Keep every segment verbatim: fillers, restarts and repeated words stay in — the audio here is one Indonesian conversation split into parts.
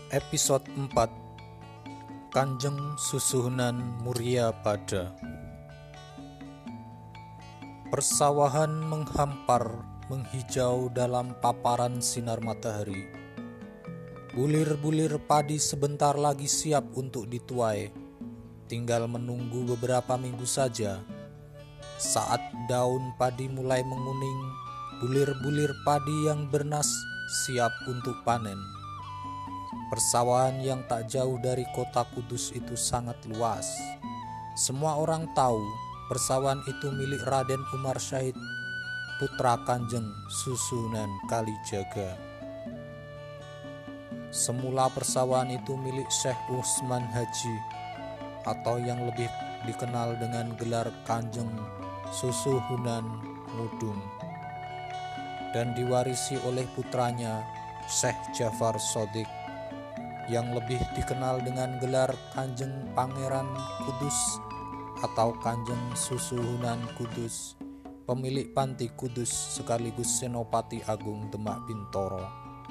Episode empat, Kanjeng Susuhunan Muria Pada. Persawahan menghampar menghijau dalam paparan sinar matahari. Bulir-bulir padi sebentar lagi siap untuk dituai. Tinggal menunggu beberapa minggu saja. Saat daun padi mulai menguning, bulir-bulir padi yang bernas siap untuk panen. Persawahan yang tak jauh dari kota Kudus itu sangat luas. Semua orang tahu persawahan itu milik Raden Umar Syahid, putra Kanjeng Susuhunan Kalijaga. Semula persawahan itu milik Syekh Usman Haji, atau yang lebih dikenal dengan gelar Kanjeng Susuhunan Ngudung, dan diwarisi oleh putranya Syekh Jafar Shodiq, yang lebih dikenal dengan gelar Kanjeng Pangeran Kudus atau Kanjeng Susuhunan Kudus, pemilik Panti Kudus sekaligus Senopati Agung Demak Bintoro.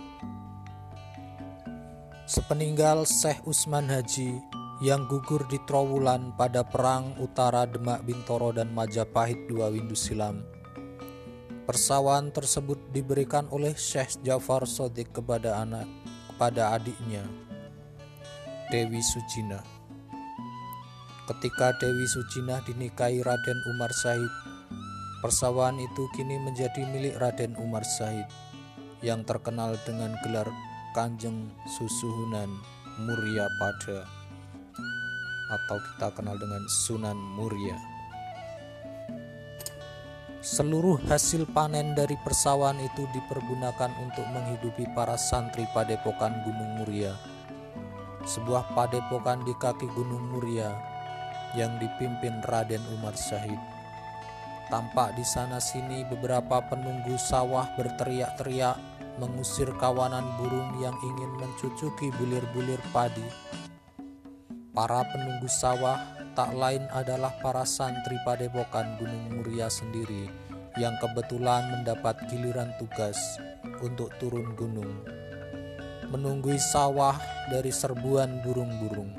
Sepeninggal Syekh Usman Haji yang gugur di Trowulan pada Perang Utara Demak Bintoro dan Majapahit dua windu silam, persawahan tersebut diberikan oleh Syekh Jafar Shodiq kepada anak kepada adiknya Dewi Sujina. Ketika Dewi Sujina dinikahi Raden Umar Syahid, persawahan itu kini menjadi milik Raden Umar Syahid yang terkenal dengan gelar Kanjeng Susuhunan Muria Pada, atau kita kenal dengan Sunan Muria. Seluruh hasil panen dari persawahan itu dipergunakan untuk menghidupi para santri Padepokan Gunung Muria, sebuah padepokan di kaki Gunung Muria yang dipimpin Raden Umar Syahid. Tampak di sana sini beberapa penunggu sawah berteriak-teriak mengusir kawanan burung yang ingin mencucuki bulir-bulir padi. Para penunggu sawah tak lain adalah para santri Padepokan Gunung Muria sendiri yang kebetulan mendapat giliran tugas untuk turun gunung, menunggui sawah dari serbuan burung-burung.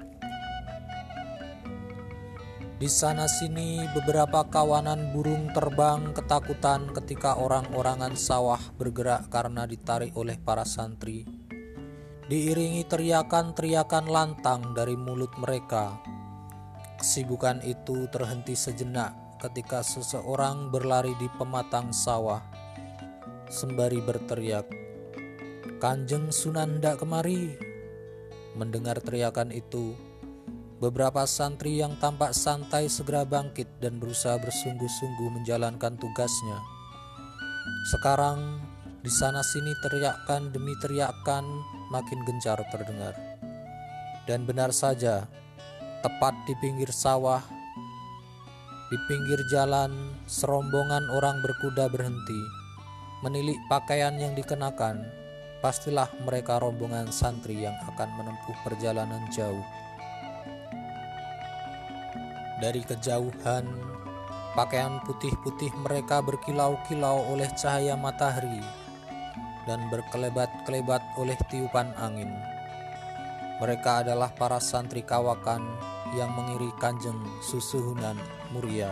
Di sana sini beberapa kawanan burung terbang ketakutan ketika orang-orangan sawah bergerak karena ditarik oleh para santri. Diiringi teriakan-teriakan lantang dari mulut mereka. Kesibukan itu terhenti sejenak ketika seseorang berlari di pematang sawah sembari berteriak, "Kanjeng Sunan ndak kemari." Mendengar teriakan itu, beberapa santri yang tampak santai segera bangkit dan berusaha bersungguh-sungguh menjalankan tugasnya. Sekarang di sana sini teriakan demi teriakan makin gencar terdengar. Dan benar saja, tepat di pinggir sawah, di pinggir jalan, serombongan orang berkuda berhenti. Menilik pakaian yang dikenakan, pastilah mereka rombongan santri yang akan menempuh perjalanan jauh. Dari kejauhan, pakaian putih-putih mereka berkilau-kilau oleh cahaya matahari dan berkelebat-kelebat oleh tiupan angin. Mereka adalah para santri kawakan yang mengiri Kanjeng Susuhunan Muria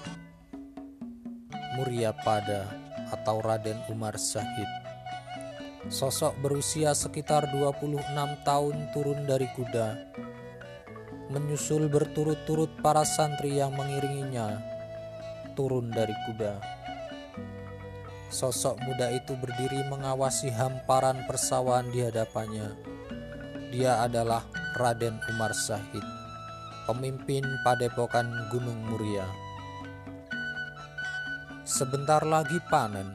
Muria Pada atau Raden Umar Syahid. Sosok berusia sekitar dua puluh enam tahun turun dari kuda, menyusul berturut-turut para santri yang mengiringinya turun dari kuda. Sosok muda itu berdiri mengawasi hamparan persawahan di hadapannya. Dia adalah Raden Umar Syahid, pemimpin Padepokan Gunung Muria. "Sebentar lagi panen,"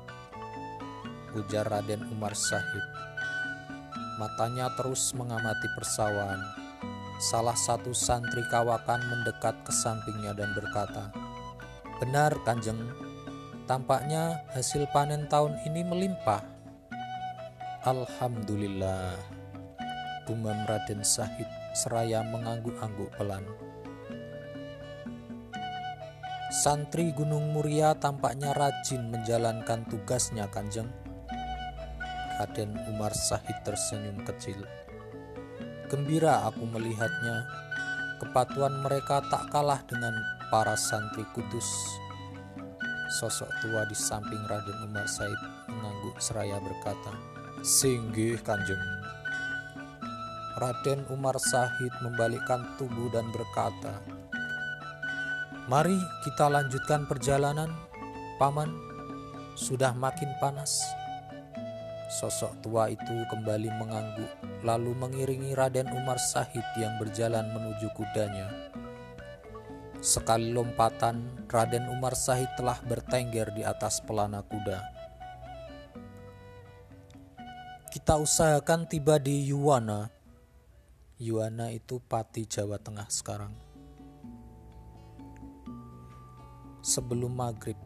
ujar Raden Umar Syahid. Matanya terus mengamati persawahan. Salah satu santri kawakan mendekat ke sampingnya dan berkata, "Benar, Kanjeng. Tampaknya hasil panen tahun ini melimpah." "Alhamdulillah," gumam Raden Syahid seraya mengangguk-angguk pelan. "Santri Gunung Muria tampaknya rajin menjalankan tugasnya, Kanjeng." Raden Umar Syahid tersenyum kecil. Gembira aku melihatnya. Kepatuhan mereka tak kalah dengan para santri kudus. Sosok tua di samping Raden Umar Said mengangguk seraya berkata, "Singgih Kanjeng." Raden Umar Said membalikkan tubuh dan berkata, "Mari kita lanjutkan perjalanan, Paman. Sudah makin panas." Sosok tua itu kembali mengangguk, lalu mengiringi Raden Umar Said yang berjalan menuju kudanya. Sekali lompatan, Raden Umar Said telah bertengger di atas pelana kuda. Kita usahakan tiba di Yuwana. Yuwana itu Pati, Jawa Tengah sekarang, sebelum maghrib.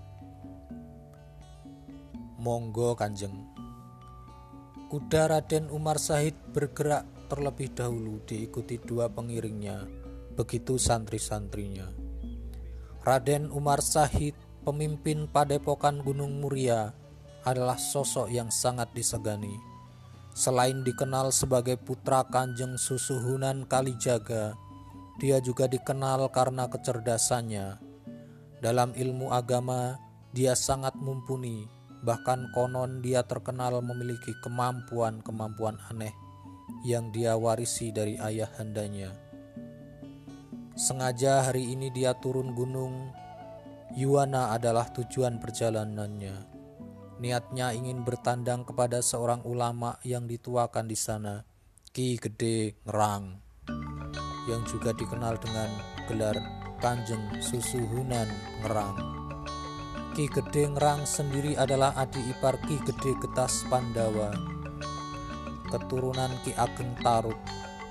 Monggo Kanjeng. Kuda Raden Umar Said bergerak terlebih dahulu, diikuti dua pengiringnya, begitu santri-santrinya. Raden Umar Said, pemimpin Padepokan Gunung Muria, adalah sosok yang sangat disegani. Selain dikenal sebagai putra Kanjeng Susuhunan Kalijaga, dia juga dikenal karena kecerdasannya. Dalam ilmu agama, dia sangat mumpuni. Bahkan konon dia terkenal memiliki kemampuan-kemampuan aneh yang dia warisi dari ayahandanya. Sengaja hari ini dia turun gunung. Yuwana adalah tujuan perjalanannya. Niatnya ingin bertandang kepada seorang ulama yang dituakan di sana, Ki Gede Ngerang, yang juga dikenal dengan gelar Kanjeng Susuhunan Ngerang. Ki Gede Ngerang sendiri adalah adik ipar Ki Gede Getas Pandawa, keturunan Ki Ageng Tarub.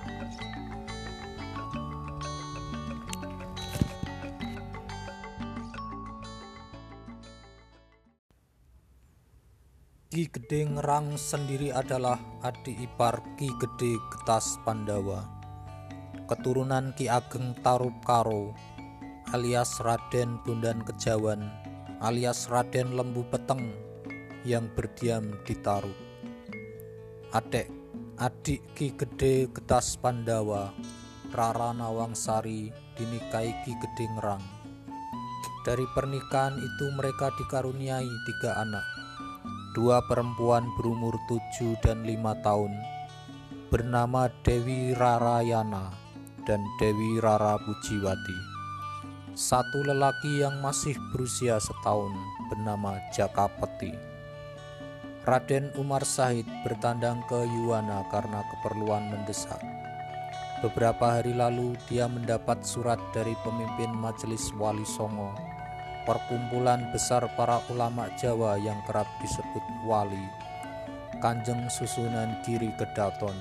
Ki Gede Ngerang sendiri adalah adik ipar Ki Gede Getas Pandawa, keturunan Ki Ageng Tarub Karo, alias Raden Bondan Kejawan, alias Raden Lembu Peteng yang berdiam di Tarub. Adek adik Ki Gede Getas Pandawa, Rara Nawangsari, dinikahi Ki Gede Ngerang. Dari pernikahan itu mereka dikaruniai tiga anak, dua perempuan berumur tujuh dan lima tahun, bernama Dewi Rarayana dan Dewi Rara Pujiwati. Satu lelaki yang masih berusia setahun bernama Jakapeti. Raden Umar Said bertandang ke Yuwana karena keperluan mendesak. Beberapa hari lalu dia mendapat surat dari pemimpin Majelis Wali Songo, perkumpulan besar para ulama Jawa yang kerap disebut Wali, Kanjeng Susunan Giri Kedaton.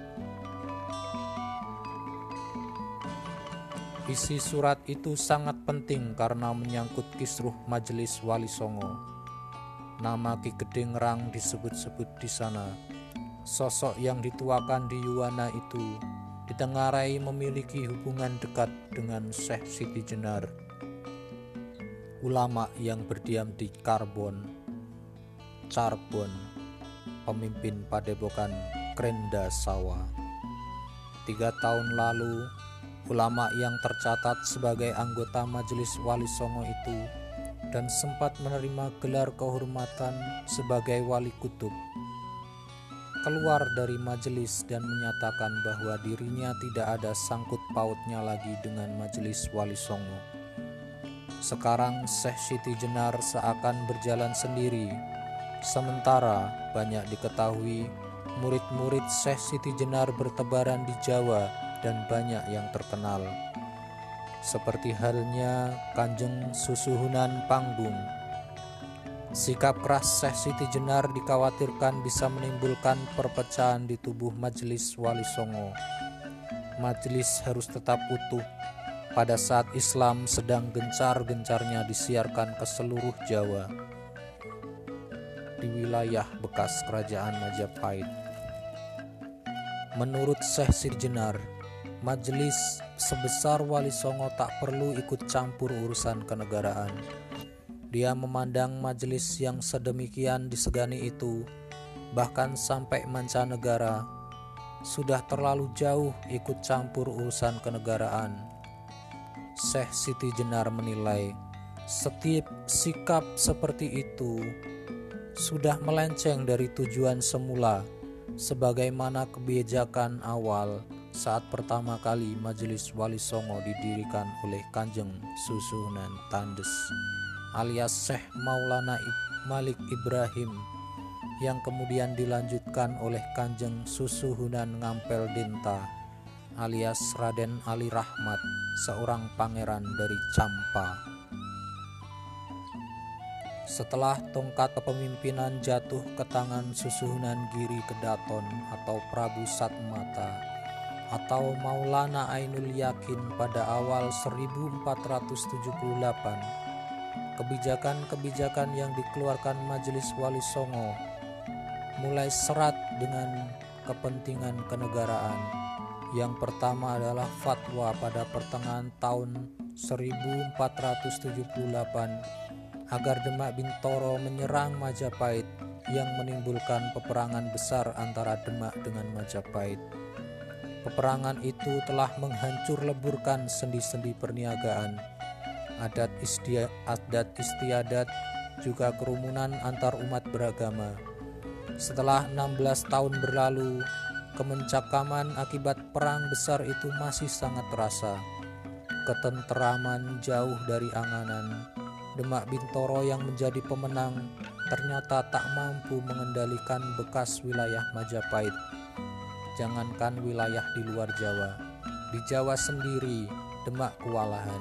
Isi surat itu sangat penting karena menyangkut kisruh Majelis Wali Songo. Nama Ki Gede Ngerang disebut-sebut di sana. Sosok yang dituakan di Yuwana itu ditengarai memiliki hubungan dekat dengan Syekh Siti Jenar, ulama yang berdiam di Karbon, Carbon, pemimpin Padepokan Krenda Sawa. Tiga tahun lalu, ulama yang tercatat sebagai anggota Majelis Wali Songo itu dan sempat menerima gelar kehormatan sebagai Wali Kutub, keluar dari majelis dan menyatakan bahwa dirinya tidak ada sangkut pautnya lagi dengan Majelis Wali Songo. Sekarang Syekh Siti Jenar seakan berjalan sendiri, sementara banyak diketahui murid-murid Syekh Siti Jenar bertebaran di Jawa dan banyak yang terkenal, seperti halnya Kanjeng Susuhunan Panggung. Sikap keras Syekh Siti Jenar dikhawatirkan bisa menimbulkan perpecahan di tubuh Majelis Wali Songo. Majelis harus tetap utuh pada saat Islam sedang gencar-gencarnya disiarkan ke seluruh Jawa, di wilayah bekas kerajaan Majapahit. Menurut Syekh Siti Jenar, majelis sebesar Wali Songo tak perlu ikut campur urusan kenegaraan. Dia memandang majelis yang sedemikian disegani itu, bahkan sampai mancanegara, sudah terlalu jauh ikut campur urusan kenegaraan. Syekh Siti Jenar menilai setiap sikap seperti itu sudah melenceng dari tujuan semula, sebagaimana kebijakan awal saat pertama kali Majelis Wali Songo didirikan oleh Kanjeng Susuhunan Tandes alias Syekh Maulana Malik Ibrahim, yang kemudian dilanjutkan oleh Kanjeng Susuhunan Ngampel Dinta alias Raden Ali Rahmat, seorang pangeran dari Campa. Setelah tongkat kepemimpinan jatuh ke tangan Susuhunan Giri Kedaton atau Prabu Satmata atau Maulana Ainul Yakin pada awal seribu empat ratus tujuh puluh delapan, kebijakan-kebijakan yang dikeluarkan Majelis Wali Songo mulai serat dengan kepentingan kenegaraan. Yang pertama adalah fatwa pada pertengahan tahun seribu empat ratus tujuh puluh delapan agar Demak Bintoro menyerang Majapahit yang menimbulkan peperangan besar antara Demak dengan Majapahit. Peperangan itu telah menghancur leburkan sendi-sendi perniagaan, adat, istia, adat istiadat, juga kerumunan antar umat beragama. Setelah enam belas tahun berlalu, kemencakaman akibat perang besar itu masih sangat terasa. Ketenteraman jauh dari anganan. Demak Bintoro yang menjadi pemenang ternyata tak mampu mengendalikan bekas wilayah Majapahit. Jangankan wilayah di luar Jawa, di Jawa sendiri Demak kewalahan.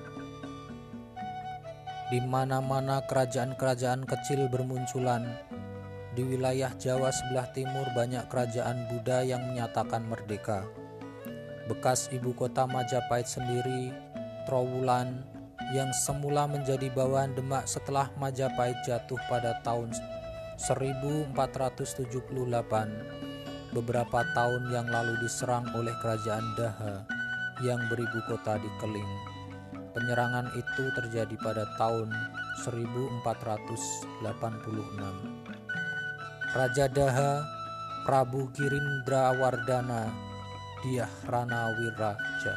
Di mana-mana kerajaan-kerajaan kecil bermunculan. Di wilayah Jawa sebelah timur banyak kerajaan Buddha yang menyatakan merdeka. Bekas ibu kota Majapahit sendiri, Trowulan, yang semula menjadi bawahan Demak setelah Majapahit jatuh pada tahun seribu empat ratus tujuh puluh delapan, beberapa tahun yang lalu diserang oleh kerajaan Daha yang beribu kota di Keling. Penyerangan itu terjadi pada tahun seribu empat ratus delapan puluh enam. Raja Daha, Prabu Girindrawardhana Dyah Ranawiraja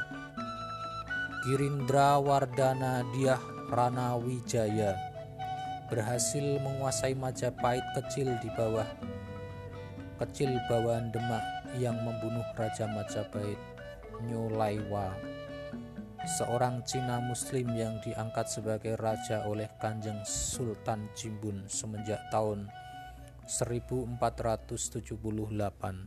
Girindrawardhana Dyah Ranawijaya berhasil menguasai Majapahit kecil di bawah kecil bawahan Demak yang membunuh Raja Majapahit Nyolaiwa, seorang Cina Muslim yang diangkat sebagai raja oleh Kanjeng Sultan Jimbun semenjak tahun seribu empat ratus tujuh puluh delapan.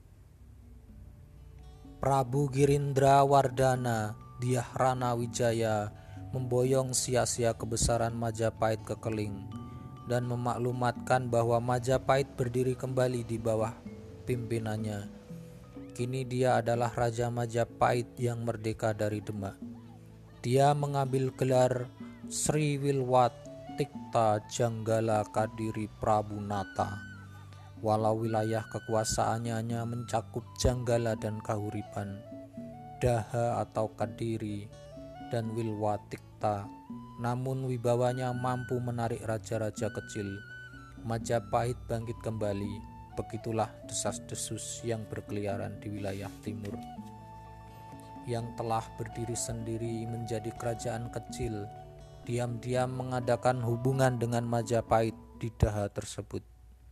Prabu Girindrawardhana Dyah Ranawijaya memboyong sia-sia kebesaran Majapahit ke Keling dan memaklumatkan bahwa Majapahit berdiri kembali di bawah pimpinannya. Kini dia adalah Raja Majapahit yang merdeka dari Demak. Dia mengambil gelar Sri Wilwat Tikta Janggala Kadiri Prabu Nata. Walau wilayah kekuasaannya hanya mencakup Janggala dan Kahuripan, Daha atau Kadiri, dan Wilwatikta, namun wibawanya mampu menarik raja-raja kecil. Majapahit bangkit kembali. Begitulah desas-desus yang berkeliaran di wilayah timur, yang telah berdiri sendiri menjadi kerajaan kecil, diam-diam mengadakan hubungan dengan Majapahit di Daha tersebut.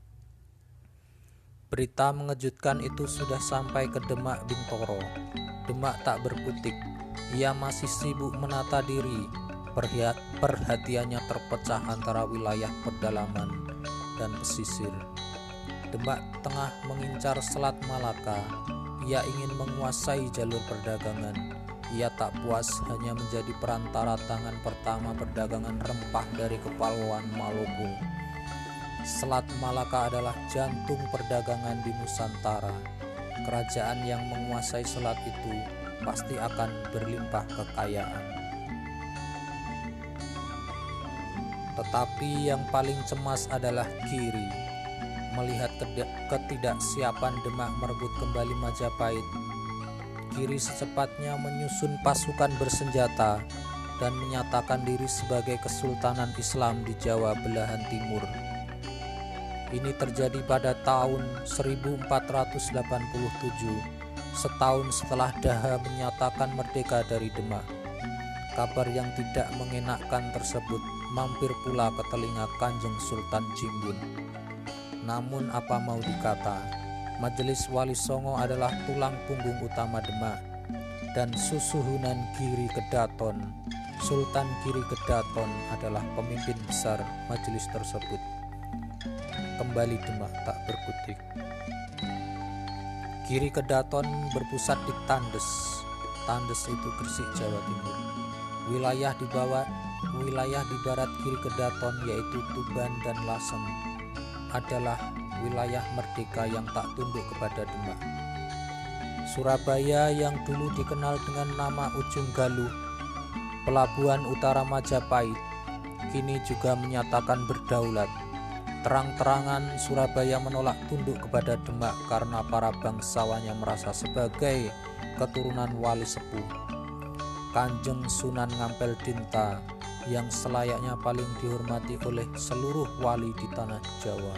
Berita mengejutkan itu sudah sampai ke Demak Bintoro. Demak tak berkutik, ia masih sibuk menata diri. Perhatiannya terpecah antara wilayah pedalaman dan pesisir. Demak tengah mengincar Selat Malaka. Ia ingin menguasai jalur perdagangan. Ia tak puas hanya menjadi perantara tangan pertama perdagangan rempah dari Kepulauan Maluku. Selat Malaka adalah jantung perdagangan di Nusantara. Kerajaan yang menguasai selat itu pasti akan berlimpah kekayaan. Tetapi yang paling cemas adalah Giri. Melihat ketidaksiapan Demak merebut kembali Majapahit, Giri secepatnya menyusun pasukan bersenjata dan menyatakan diri sebagai Kesultanan Islam di Jawa belahan timur. Ini terjadi pada tahun seribu empat ratus delapan puluh tujuh, setahun setelah Daha menyatakan merdeka dari Demak. Kabar yang tidak mengenakkan tersebut mampir pula ke telinga Kanjeng Sultan Jimbun. Namun apa mau dikata, Majelis Wali Songo adalah tulang punggung utama Demak, dan Susuhunan Giri Kedaton, Sultan Giri Kedaton adalah pemimpin besar majelis tersebut. Kembali Demak tak berkutik. Giri Kedaton berpusat di Tandes. Tandes itu Gresik, Jawa Timur. Wilayah di bawah wilayah di barat Giri Kedaton yaitu Tuban dan Lasem adalah wilayah merdeka yang tak tunduk kepada Demak. Surabaya yang dulu dikenal dengan nama Ujung Galuh, pelabuhan utara Majapahit, kini juga menyatakan berdaulat. Terang-terangan Surabaya menolak tunduk kepada Demak karena para bangsawannya merasa sebagai keturunan wali sepuh Kanjeng Sunan Ngampel Dinta yang selayaknya paling dihormati oleh seluruh wali di tanah Jawa.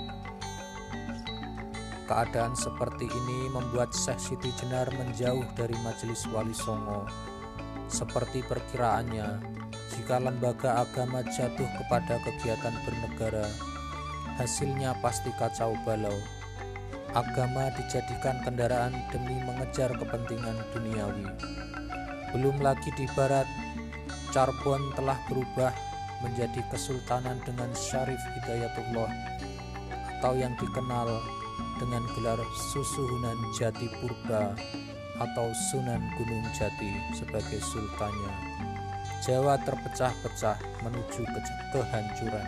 Keadaan seperti ini membuat Syekh Siti Jenar menjauh dari Majelis Wali Songo. Seperti perkiraannya, jika lembaga agama jatuh kepada kegiatan bernegara, hasilnya pasti kacau balau. Agama dijadikan kendaraan demi mengejar kepentingan duniawi. Belum lagi di barat, Charbon telah berubah menjadi kesultanan dengan Syarif Hidayatullah atau yang dikenal dengan gelar Susuhunan Jati Purba atau Sunan Gunung Jati sebagai sultannya. Jawa terpecah-pecah menuju ke kehancuran.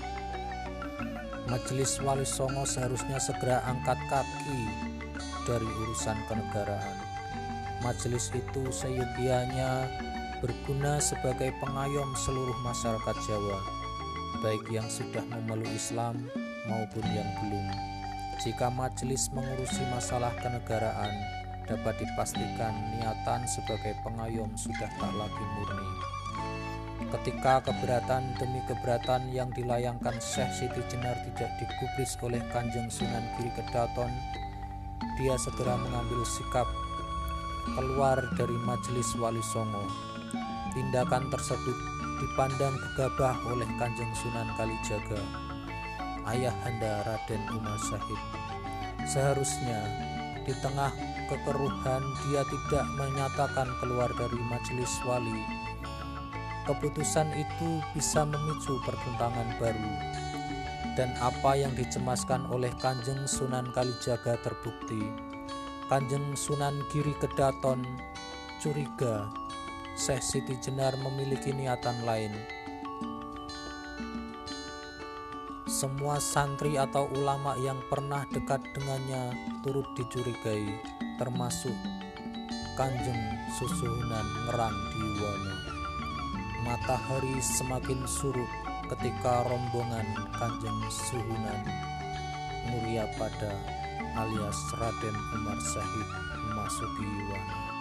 Majelis Wali Songo seharusnya segera angkat kaki dari urusan kenegaraan. Majelis itu seyogianya berguna sebagai pengayom seluruh masyarakat Jawa, baik yang sudah memeluk Islam maupun yang belum. Jika majelis mengurusi masalah kenegaraan, dapat dipastikan niatan sebagai pengayom sudah tak lagi murni. Ketika keberatan demi keberatan yang dilayangkan Syekh Siti Jenar tidak digubris oleh Kanjeng Sunan Giri Kedaton, dia segera mengambil sikap keluar dari Majelis Wali Songo. Tindakan tersebut dipandang gegabah oleh Kanjeng Sunan Kalijaga, ayahanda Raden Umar Syahid. Seharusnya di tengah kekeruhan dia tidak menyatakan keluar dari Majelis Wali. Keputusan itu bisa memicu pertentangan baru, dan apa yang dicemaskan oleh Kanjeng Sunan Kalijaga terbukti. Kanjeng Sunan Giri Kedaton curiga Syekh Siti Jenar memiliki niatan lain. Semua santri atau ulama yang pernah dekat dengannya turut dicurigai, termasuk Kanjeng Susuhunan Ngerang Diwono. Matahari semakin surut ketika rombongan Kanjeng Suhunan Muria Pada alias Raden Umar Syahid memasuki Wana.